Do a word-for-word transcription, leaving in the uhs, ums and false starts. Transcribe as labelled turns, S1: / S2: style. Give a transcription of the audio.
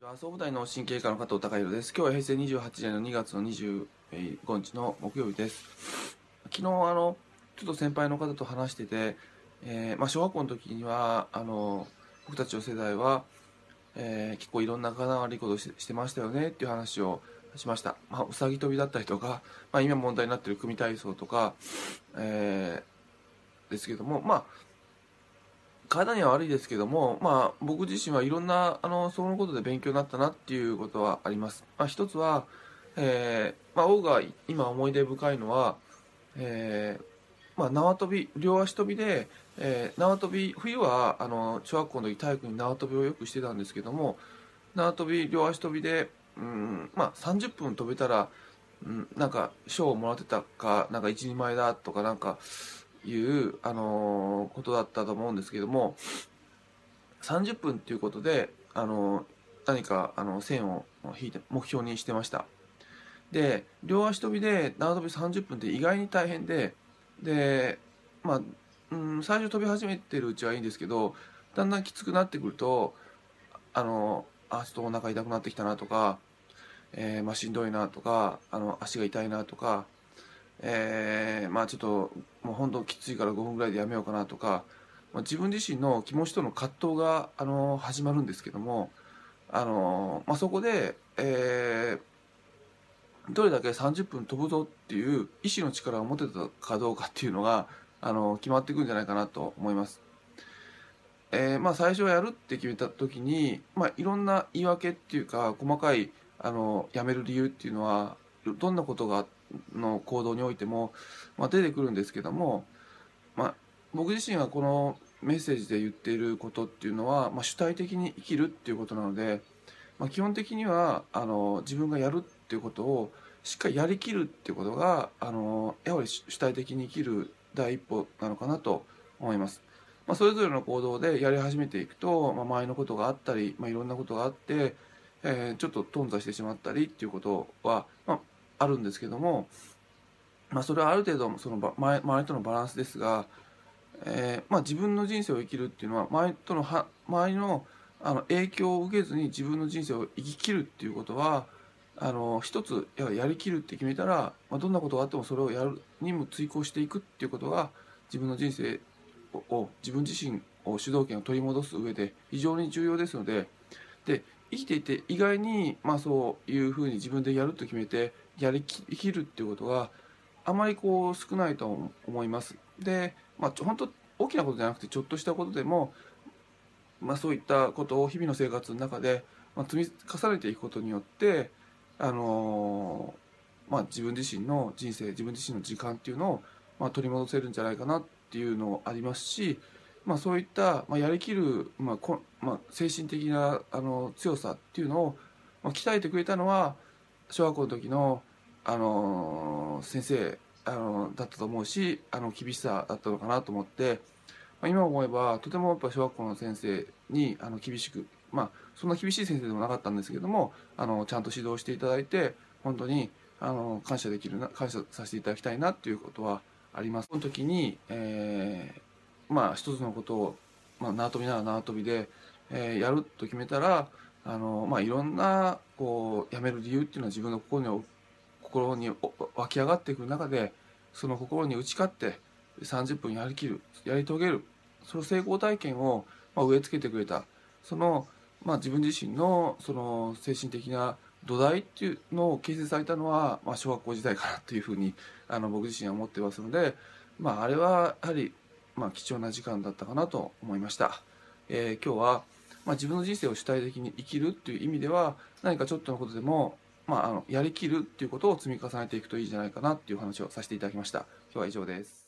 S1: 総務大の神経科の加藤孝弘です。今日は平成にじゅうはちねんのにがつのにじゅうごにちの木曜日です。昨日あのちょっと先輩の方と話してて、えーまあ、小学校の時にはあの僕たちの世代は、えー結構いろんなかな悪いことをし、してましたよねっていう話をしました。まあ、うさぎ跳びだったりとか、まあ、今問題になっている組体操とか、えーですけども、まあ体には悪いですけども、まあ、僕自身はいろんなあのそのことで勉強になったなっていうことはあります。まあ、一つは、えーまあ、僕が今思い出深いのは、えーまあ、縄跳び、両足跳びで、えー縄跳び、冬はあの小学校の時体育に縄跳びをよくしてたんですけども、縄跳び、両足跳びで、うんまあ、さんじゅっぷん飛べたら、うん、なんか賞をもらってたか、なんか一人前だとかなんかいう、あのーことだったと思うんですけども、さんじゅっぷんっていうことで、あのー何かあの線を引いて目標にしてました。で、両足跳びで縄跳びさんじゅっぷんって意外に大変で、で、まあ、うん、最初飛び始めてるうちはいいんですけど、だんだんきつくなってくると、あの、あ、ちょっとお腹痛くなってきたなとか、えーまあ、しんどいなとか、あの、足が痛いなとか、えーまあちょっともう本当きついからごふんぐらいでやめようかなとか、まあ、自分自身の気持ちとの葛藤が、あの始まるんですけども、あのまあ、そこで、えーどれだけさんじゅっぷん飛ぶぞっていう意志の力を持てたかどうかっていうのが、あの決まっていくんじゃないかなと思います。えーまあ、最初はやるって決めた時に、まあ、いろんな言い訳っていうか細かいあのやめる理由っていうのはどんなことがの行動においても、まあ、出てくるんですけども、まあ、僕自身がこのメッセージで言っていることっていうのは、まあ、主体的に生きるっていうことなので、まあ、基本的にはあの自分がやるっていうことをしっかりやりきるっていうことがあのやはり主体的に生きる第一歩なのかなと思います。まあ、それぞれの行動でやり始めていくと、まあ、周りのことがあったり、まあ、いろんなことがあって、えーちょっと頓挫してしまったりっていうことは、まあ、あるんですけども、まあ、それはある程度そのば周周りとのバランスですが、えーまあ、自分の人生を生きるっていうのは周りとのは周りのあの影響を受けずに自分の人生を生き切るっていうことは、あの一つややりきるって決めたら、まあ、どんなことがあってもそれをやるにも追行していくっていうことが自分の人生をを自分自身を主導権を取り戻す上で非常に重要ですので、で生きていて意外に、まあ、そういうふうに自分でやると決めてやりき生きるっていうことがあまりこう少ないと思います。で、まあ、ちょ本当大きなことじゃなくてちょっとしたことでも、まあ、そういったことを日々の生活の中で、まあ、積み重ねていくことによって、あのーまあ、自分自身の人生自分自身の時間っていうのを、まあ、取り戻せるんじゃないかなっていうのもありますし、まあ、そういった、まあ、やりきる、まあこまあ、精神的なあの強さっていうのを、まあ、鍛えてくれたのは小学校の時の、あのー先生、あのだったと思うし、あの厳しさだったのかなと思って、まあ、今思えばとてもやっぱ小学校の先生にあの厳しく、まあそんな厳しい先生でもなかったんですけども、あのちゃんと指導していただいて本当にあの感謝できるな感謝させていただきたいなっていうことはあります。その時に、えー、まあ一つのことを、まあ、縄跳びなら縄跳びで、えーやると決めたら、あの、まあ、いろんなこうやめる理由っていうのは自分の心に心に湧き上がってくる中で、その心に打ち勝ってさんじゅっぷんやりきるやり遂げる、その成功体験を、まあ、植え付けてくれた、その、まあ、自分自身のその精神的な土台っていうのを形成されたのは、まあ、小学校時代かなというふうにあの僕自身は思ってますので、まあ、あれはやはり、まあ、貴重な時間だったかなと思いました。えー今日は、まあ、自分の人生を主体的に生きるっていう意味では何かちょっとのことでも、まあ、あのやりきるっていうことを積み重ねていくといいんじゃないかなっていう話をさせていただきました。今日は以上です。